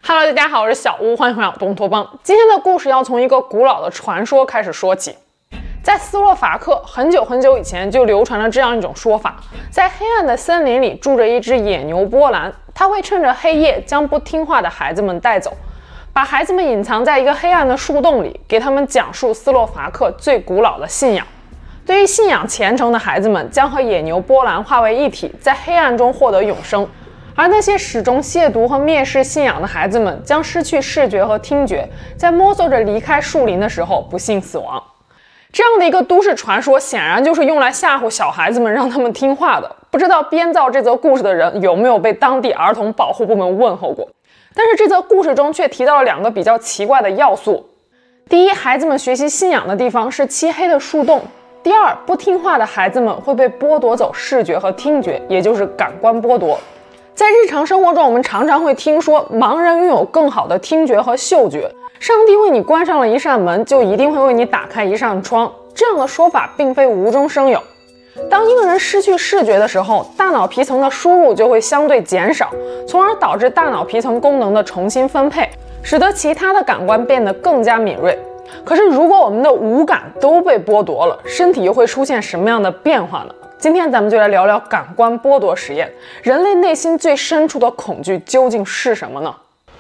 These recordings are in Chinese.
Hello， 大家好，我是小屋，欢迎回到东托邦。今天的故事要从一个古老的传说开始说起。在斯洛伐克，很久很久以前就流传了这样一种说法：在黑暗的森林里住着一只野牛波兰，它会趁着黑夜将不听话的孩子们带走，把孩子们隐藏在一个黑暗的树洞里，给他们讲述斯洛伐克最古老的信仰。对于信仰虔诚的孩子们，将和野牛波兰化为一体，在黑暗中获得永生。而那些始终亵渎和蔑视信仰的孩子们，将失去视觉和听觉，在摸索着离开树林的时候不幸死亡。这样的一个都市传说，显然就是用来吓唬小孩子们，让他们听话的。不知道编造这则故事的人有没有被当地儿童保护部门问候过？但是这则故事中却提到了两个比较奇怪的要素：第一，孩子们学习信仰的地方是漆黑的树洞；第二，不听话的孩子们会被剥夺走视觉和听觉，也就是感官剥夺。在日常生活中，我们常常会听说盲人拥有更好的听觉和嗅觉，上帝为你关上了一扇门，就一定会为你打开一扇窗。这样的说法并非无中生有。当一个人失去视觉的时候，大脑皮层的输入就会相对减少，从而导致大脑皮层功能的重新分配，使得其他的感官变得更加敏锐。可是如果我们的五感都被剥夺了，身体又会出现什么样的变化呢？今天咱们就来聊聊感官剥夺实验，人类内心最深处的恐惧究竟是什么呢？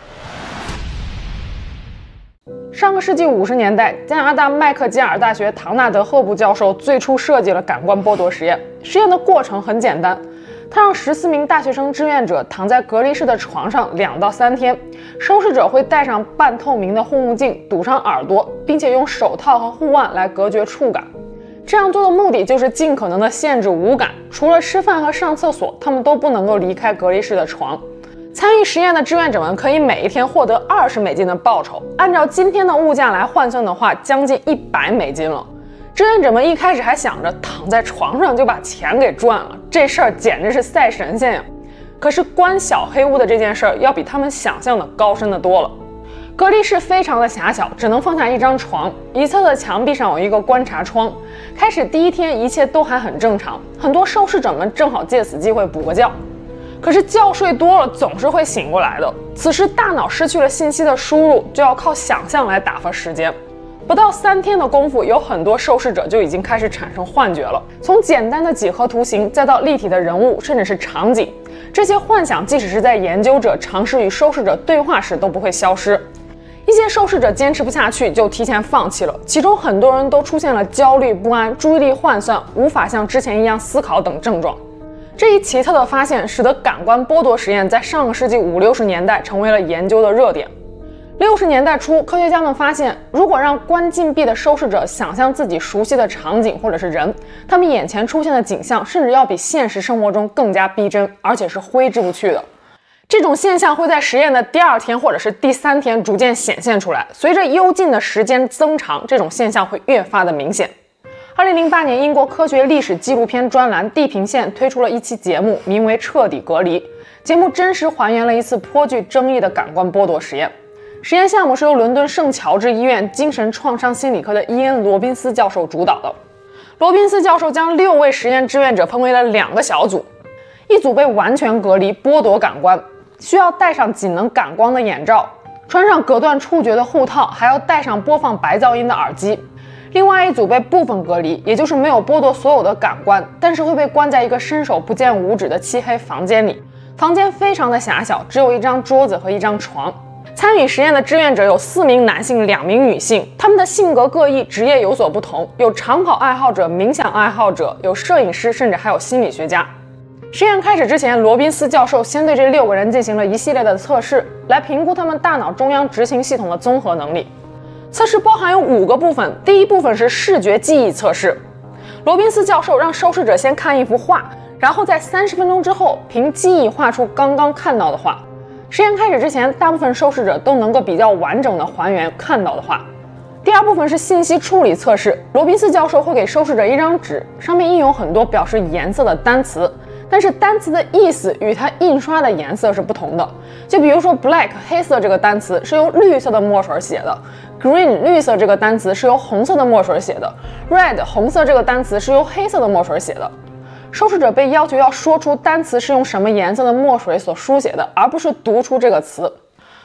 上个世纪50年代，加拿大麦克吉尔大学唐纳德赫布教授最初设计了感官剥夺实验。实验的过程很简单，他让14名大学生志愿者躺在隔离室的床上2到3天，收视者会戴上半透明的护目镜，堵上耳朵，并且用手套和护腕来隔绝触感。这样做的目的就是尽可能的限制五感，除了吃饭和上厕所，他们都不能够离开隔离室的床。参与实验的志愿者们可以每一天获得20美金的报酬，按照今天的物价来换算的话，将近100美金了。志愿者们一开始还想着躺在床上就把钱给赚了，这事儿简直是赛神仙呀！可是关小黑屋的这件事儿要比他们想象的高深得多了。隔离室非常的狭小，只能放下一张床，一侧的墙壁上有一个观察窗。开始第一天一切都还很正常，很多受试者们正好借此机会补个觉。可是觉睡多了总是会醒过来的，此时大脑失去了信息的输入，就要靠想象来打发时间。不到3天的功夫，有很多受试者就已经开始产生幻觉了，从简单的几何图形再到立体的人物，甚至是场景，这些幻想即使是在研究者尝试与受试者对话时都不会消失。一些受试者坚持不下去，就提前放弃了，其中很多人都出现了焦虑不安、注意力涣散、无法像之前一样思考等症状。这一奇特的发现使得感官剥夺实验在上个世纪50、60年代成为了研究的热点。60年代初，科学家们发现，如果让关禁闭的受试者想象自己熟悉的场景或者是人，他们眼前出现的景象甚至要比现实生活中更加逼真，而且是挥之不去的。这种现象会在实验的第2天或者是第3天逐渐显现出来，随着幽禁的时间增长，这种现象会越发的明显。2008年，英国科学历史纪录片专栏《地平线》推出了一期节目，名为《彻底隔离》。节目真实还原了一次颇具争议的感官剥夺实验。实验项目是由伦敦圣乔治医院精神创伤心理科的伊恩·罗宾斯教授主导的。罗宾斯教授将6位实验志愿者分为了2个小组，一组被完全隔离，剥夺感官，需要戴上仅能感光的眼罩，穿上隔断触觉的护套，还要戴上播放白噪音的耳机。另外一组被部分隔离，也就是没有剥夺所有的感官，但是会被关在一个伸手不见五指的漆黑房间里。房间非常的狭小，只有一张桌子和一张床。参与实验的志愿者有4名男性、2名女性，他们的性格各异，职业有所不同，有长跑爱好者、冥想爱好者，有摄影师，甚至还有心理学家。实验开始之前，罗宾斯教授先对这6个人进行了一系列的测试，来评估他们大脑中央执行系统的综合能力。测试包含有5个部分，第一部分是视觉记忆测试。罗宾斯教授让受试者先看一幅画，然后在30分钟之后凭记忆画出刚刚看到的画。实验开始之前，大部分受试者都能够比较完整的还原看到的画。第2部分是信息处理测试，罗宾斯教授会给受试者一张纸，上面印有很多表示颜色的单词，但是单词的意思与它印刷的颜色是不同的。就比如说 black 黑色这个单词是用绿色的墨水写的， green 绿色这个单词是由红色的墨水写的， red 红色这个单词是由黑色的墨水写的。受试者被要求要说出单词是用什么颜色的墨水所书写的，而不是读出这个词。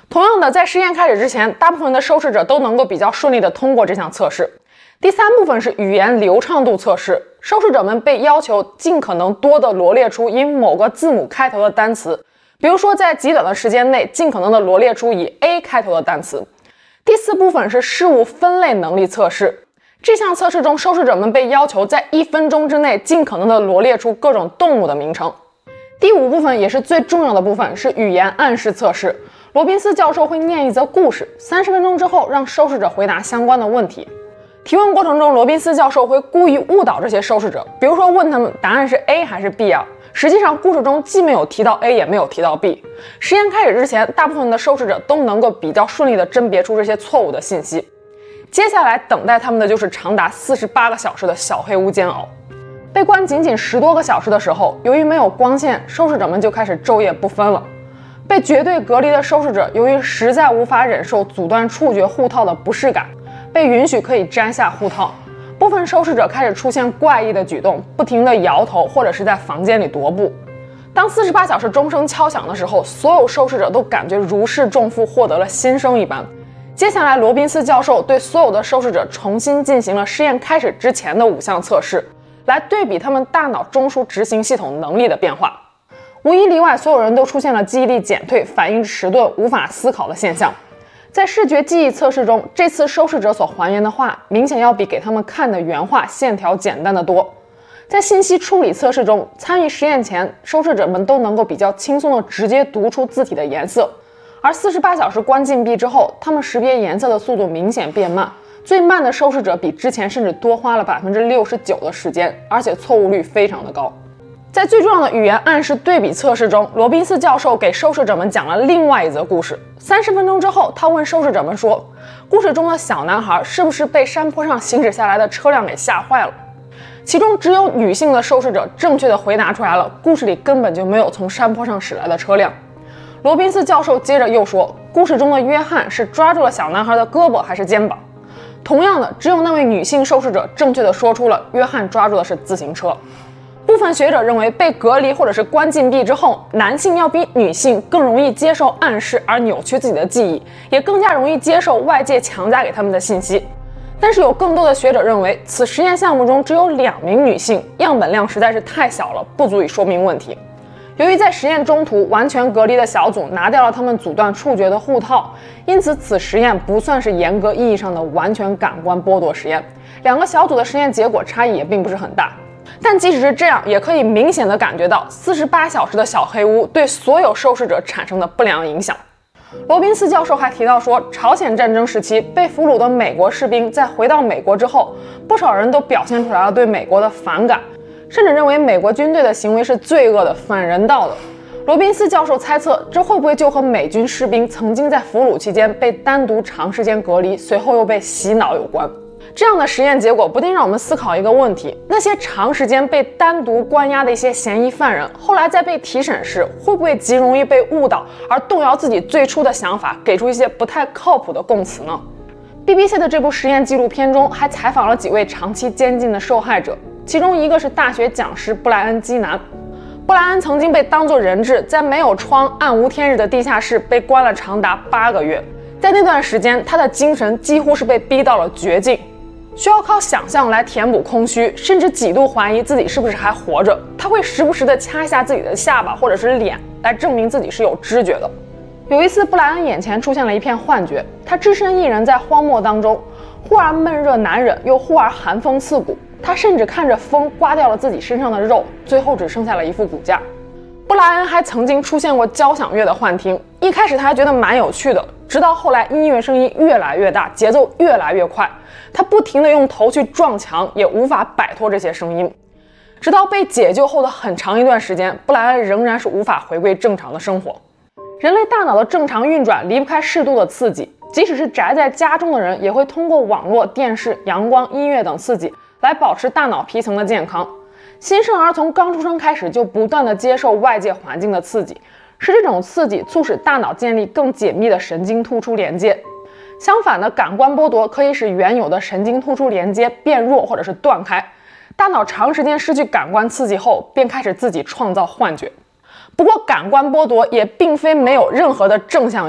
同样的，在实验开始之前，大部分的受试者都能够比较顺利地通过这项测试。第三部分是语言流畅度测试，受试者们被要求尽可能多地罗列出以某个字母开头的单词，比如说在极短的时间内尽可能地罗列出以 A 开头的单词。第四部分是事物分类能力测试，这项测试中，受试者们被要求在1分钟之内尽可能地罗列出各种动物的名称。第五部分也是最重要的部分是语言暗示测试，罗宾斯教授会念一则故事，30分钟之后让受试者回答相关的问题。提问过程中，罗宾斯教授会故意误导这些受试者，比如说问他们答案是 A 还是 B 啊？实际上故事中既没有提到 A 也没有提到 B。实验开始之前，大部分的受试者都能够比较顺利地甄别出这些错误的信息。接下来等待他们的就是长达48个小时的小黑屋煎熬。被关仅仅10多个小时的时候，由于没有光线，受试者们就开始昼夜不分了。被绝对隔离的受试者，由于实在无法忍受阻断触觉护套的不适感，被允许可以摘下护套。部分受试者开始出现怪异的举动，不停地摇头或者是在房间里踱步。当48小时钟声敲响的时候，所有受试者都感觉如释重负，获得了新生一般。接下来，罗宾斯教授对所有的受试者重新进行了试验开始之前的5项测试，来对比他们大脑中枢执行系统能力的变化。无一例外，所有人都出现了记忆力减退、反应迟钝、无法思考的现象。在视觉记忆测试中，这次受试者所还原的画明显要比给他们看的原画线条简单得多。在信息处理测试中，参与实验前，受试者们都能够比较轻松地直接读出字体的颜色，而48小时关禁闭之后，他们识别颜色的速度明显变慢，最慢的受试者比之前甚至多花了69%的时间，而且错误率非常的高。在最重要的语言暗示对比测试中，罗宾斯教授给受试者们讲了另外一则故事。30分钟之后，他问受试者们说，故事中的小男孩是不是被山坡上行驶下来的车辆给吓坏了？其中只有女性的受试者正确的回答出来了，故事里根本就没有从山坡上驶来的车辆。罗宾斯教授接着又说，故事中的约翰是抓住了小男孩的胳膊还是肩膀？同样的，只有那位女性受试者正确的说出了约翰抓住的是自行车。部分学者认为，被隔离或者是关禁闭之后，男性要比女性更容易接受暗示而扭曲自己的记忆，也更加容易接受外界强加给他们的信息。但是有更多的学者认为，此实验项目中只有2名女性，样本量实在是太小了，不足以说明问题。由于在实验中途完全隔离的小组拿掉了他们阻断触觉的护套，因此此实验不算是严格意义上的完全感官剥夺实验。2个小组的实验结果差异也并不是很大。但即使是这样，也可以明显地感觉到48小时的小黑屋对所有受试者产生的不良影响。罗宾斯教授还提到说，朝鲜战争时期被俘虏的美国士兵在回到美国之后，不少人都表现出来了对美国的反感，甚至认为美国军队的行为是罪恶的、反人道的。罗宾斯教授猜测，这会不会就和美军士兵曾经在俘虏期间被单独长时间隔离，随后又被洗脑有关？这样的实验结果不禁让我们思考一个问题：那些长时间被单独关押的一些嫌疑犯人，后来在被提审时，会不会极容易被误导，而动摇自己最初的想法，给出一些不太靠谱的供词呢？ BBC 的这部实验纪录片中还采访了几位长期监禁的受害者，其中一个是大学讲师布莱恩·基南。布莱恩曾经被当作人质，在没有窗、暗无天日的地下室被关了长达8个月。在那段时间，他的精神几乎是被逼到了绝境，需要靠想象来填补空虚，甚至几度怀疑自己是不是还活着。他会时不时地掐下自己的下巴或者是脸，来证明自己是有知觉的。有一次，布莱恩眼前出现了一片幻觉，他只身一人在荒漠当中，忽而闷热难忍，又忽而寒风刺骨。他甚至看着风刮掉了自己身上的肉，最后只剩下了一副骨架。布莱恩还曾经出现过交响乐的幻听，一开始他还觉得蛮有趣的，直到后来音乐声音越来越大，节奏越来越快，他不停地用头去撞墙，也无法摆脱这些声音。直到被解救后的很长一段时间，布莱恩仍然是无法回归正常的生活。人类大脑的正常运转离不开适度的刺激，即使是宅在家中的人，也会通过网络、电视、阳光、音乐等刺激来保持大脑皮层的健康。新生儿从刚出生开始就不断地接受外界环境的刺激，是这种刺激促使大脑建立更紧密的神经突出连接。相反的，感官剥夺可以使原有的神经突出连接变弱或者是断开，大脑长时间失去感官刺激后，便开始自己创造幻觉。不过，感官剥夺也并非没有任何的正向意义。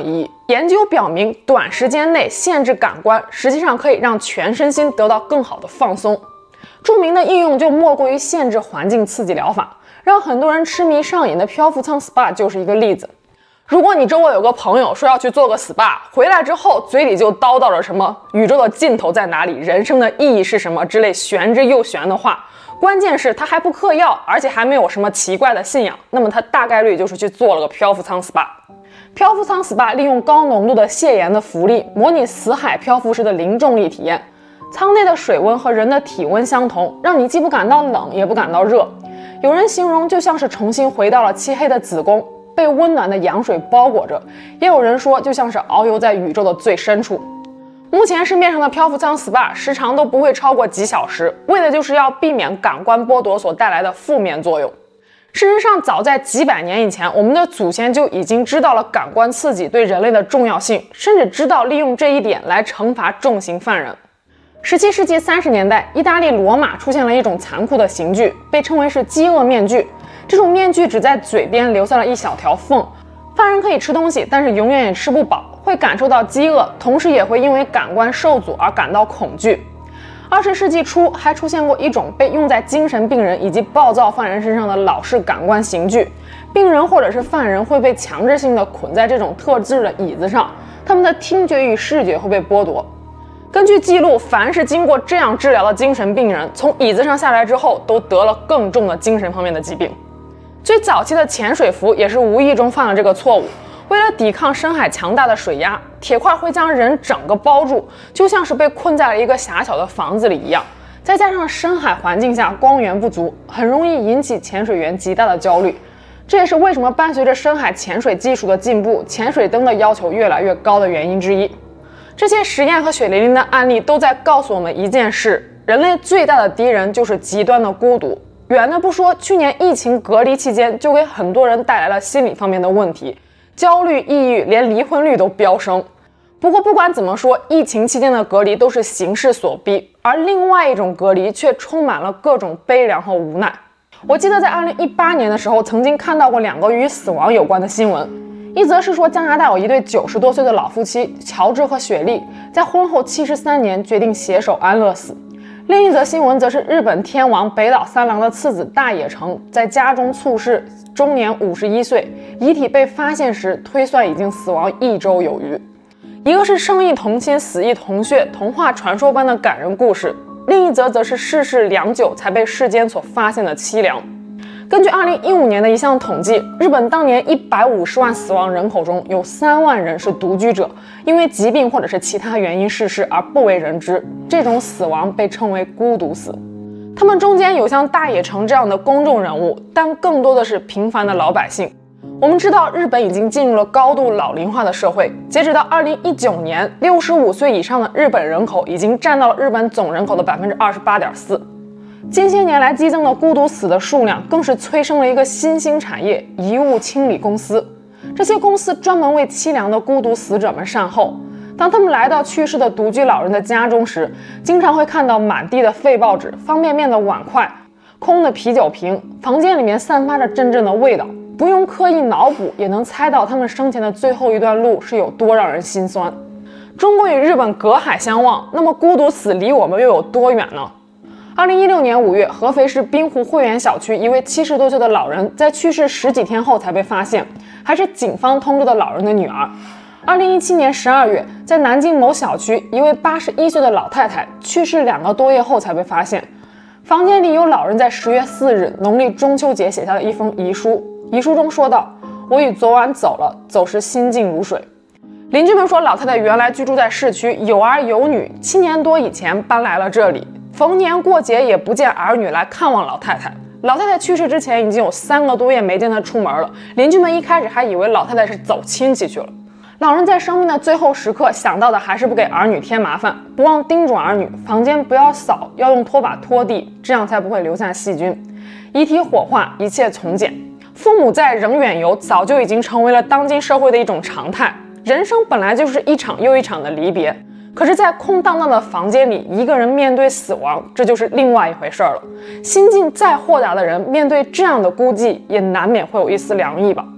研究表明，短时间内限制感官，实际上可以让全身心得到更好的放松。著名的应用就莫过于限制环境刺激疗法，让很多人痴迷上瘾的漂浮舱 SPA 就是一个例子。如果你周围有个朋友说要去做个 SPA， 回来之后嘴里就叨叨着什么宇宙的尽头在哪里，人生的意义是什么之类玄之又玄的话，关键是他还不嗑药，而且还没有什么奇怪的信仰，那么他大概率就是去做了个漂浮舱 SPA。漂浮舱 SPA 利用高浓度的泻盐的浮力，模拟死海漂浮时的零重力体验。舱内的水温和人的体温相同，让你既不感到冷，也不感到热。有人形容就像是重新回到了漆黑的子宫，被温暖的羊水包裹着，也有人说就像是遨游在宇宙的最深处。目前市面上的漂浮舱 SPA 时长都不会超过几小时，为的就是要避免感官剥夺所带来的负面作用。事实上，早在几百年以前，我们的祖先就已经知道了感官刺激对人类的重要性，甚至知道利用这一点来惩罚重刑犯人。17世纪30年代，意大利罗马出现了一种残酷的刑具，被称为是饥饿面具。这种面具只在嘴边留下了一小条缝，犯人可以吃东西，但是永远也吃不饱，会感受到饥饿，同时也会因为感官受阻而感到恐惧。20世纪初还出现过一种被用在精神病人以及暴躁犯人身上的老式感官刑具，病人或者是犯人会被强制性的捆在这种特制的椅子上，他们的听觉与视觉会被剥夺。根据记录，凡是经过这样治疗的精神病人，从椅子上下来之后都得了更重的精神方面的疾病。最早期的潜水服也是无意中犯了这个错误。为了抵抗深海强大的水压，铁块会将人整个包住，就像是被困在了一个狭小的房子里一样。再加上深海环境下光源不足，很容易引起潜水员极大的焦虑。这也是为什么伴随着深海潜水技术的进步，潜水灯的要求越来越高的原因之一。这些实验和血淋淋的案例都在告诉我们一件事：人类最大的敌人就是极端的孤独。远的不说，去年疫情隔离期间就给很多人带来了心理方面的问题。焦虑、抑郁，连离婚率都飙升。不过不管怎么说，疫情期间的隔离都是形势所逼，而另外一种隔离却充满了各种悲凉和无奈。我记得在2018年的时候，曾经看到过2个与死亡有关的新闻。一则是说加拿大有一对90多岁的老夫妻乔治和雪莉，在婚后73年决定携手安乐死。另一则新闻则是日本天王北岛三郎的次子大野诚在家中猝逝，终年51岁，遗体被发现时推算已经死亡1周有余。一个是生亦同亲，死亦同血，童话传说般的感人故事；另一则则是世事良久才被世间所发现的凄凉。根据2015年的一项统计，日本当年150万死亡人口中有3万人是独居者，因为疾病或者是其他原因逝世而不为人知，这种死亡被称为孤独死。他们中间有像大野诚这样的公众人物，但更多的是平凡的老百姓。我们知道日本已经进入了高度老龄化的社会，截止到2019年，65岁以上的日本人口已经占到了日本总人口的 28.4%。近些年来激增的孤独死的数量，更是催生了一个新兴产业——遗物清理公司。这些公司专门为凄凉的孤独死者们善后。当他们来到去世的独居老人的家中时，经常会看到满地的废报纸、方便面的碗筷、空的啤酒瓶，房间里面散发着阵阵的味道。不用刻意脑补，也能猜到他们生前的最后一段路是有多让人心酸。中国与日本隔海相望，那么孤独死离我们又有多远呢？2016年5月，合肥市滨湖汇源小区一位70多岁的老人在去世10几天后才被发现，还是警方通知的老人的女儿。2017年12月，在南京某小区，一位81岁的老太太去世2个多月后才被发现，房间里有老人在10月4日农历中秋节写下的一封遗书，遗书中说道：“我已昨晚走了，走时心静如水。”邻居们说，老太太原来居住在市区，有儿有女，7年多以前搬来了这里。逢年过节也不见儿女来看望老太太。老太太去世之前已经有3个多月没见她出门了，邻居们一开始还以为老太太是走亲戚去了。老人在生命的最后时刻想到的还是不给儿女添麻烦，不忘叮嘱儿女房间不要扫，要用拖把拖地，这样才不会留下细菌。遗体火化，一切从简。父母在，人远游，早就已经成为了当今社会的一种常态。人生本来就是一场又一场的离别。可是，在空荡荡的房间里，一个人面对死亡，这就是另外一回事了。心境再豁达的人，面对这样的孤寂，也难免会有一丝凉意吧。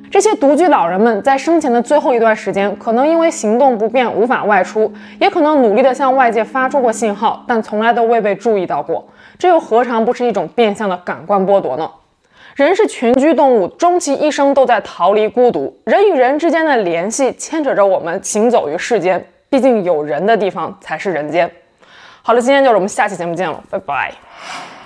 这些独居老人们在生前的最后一段时间，可能因为行动不便无法外出，也可能努力地向外界发出过信号，但从来都未被注意到过。这又何尝不是一种变相的感官剥夺呢？人是群居动物，终其一生都在逃离孤独。人与人之间的联系牵扯着我们行走于世间，毕竟有人的地方才是人间。好了，今天就是我们下期节目见了，拜拜。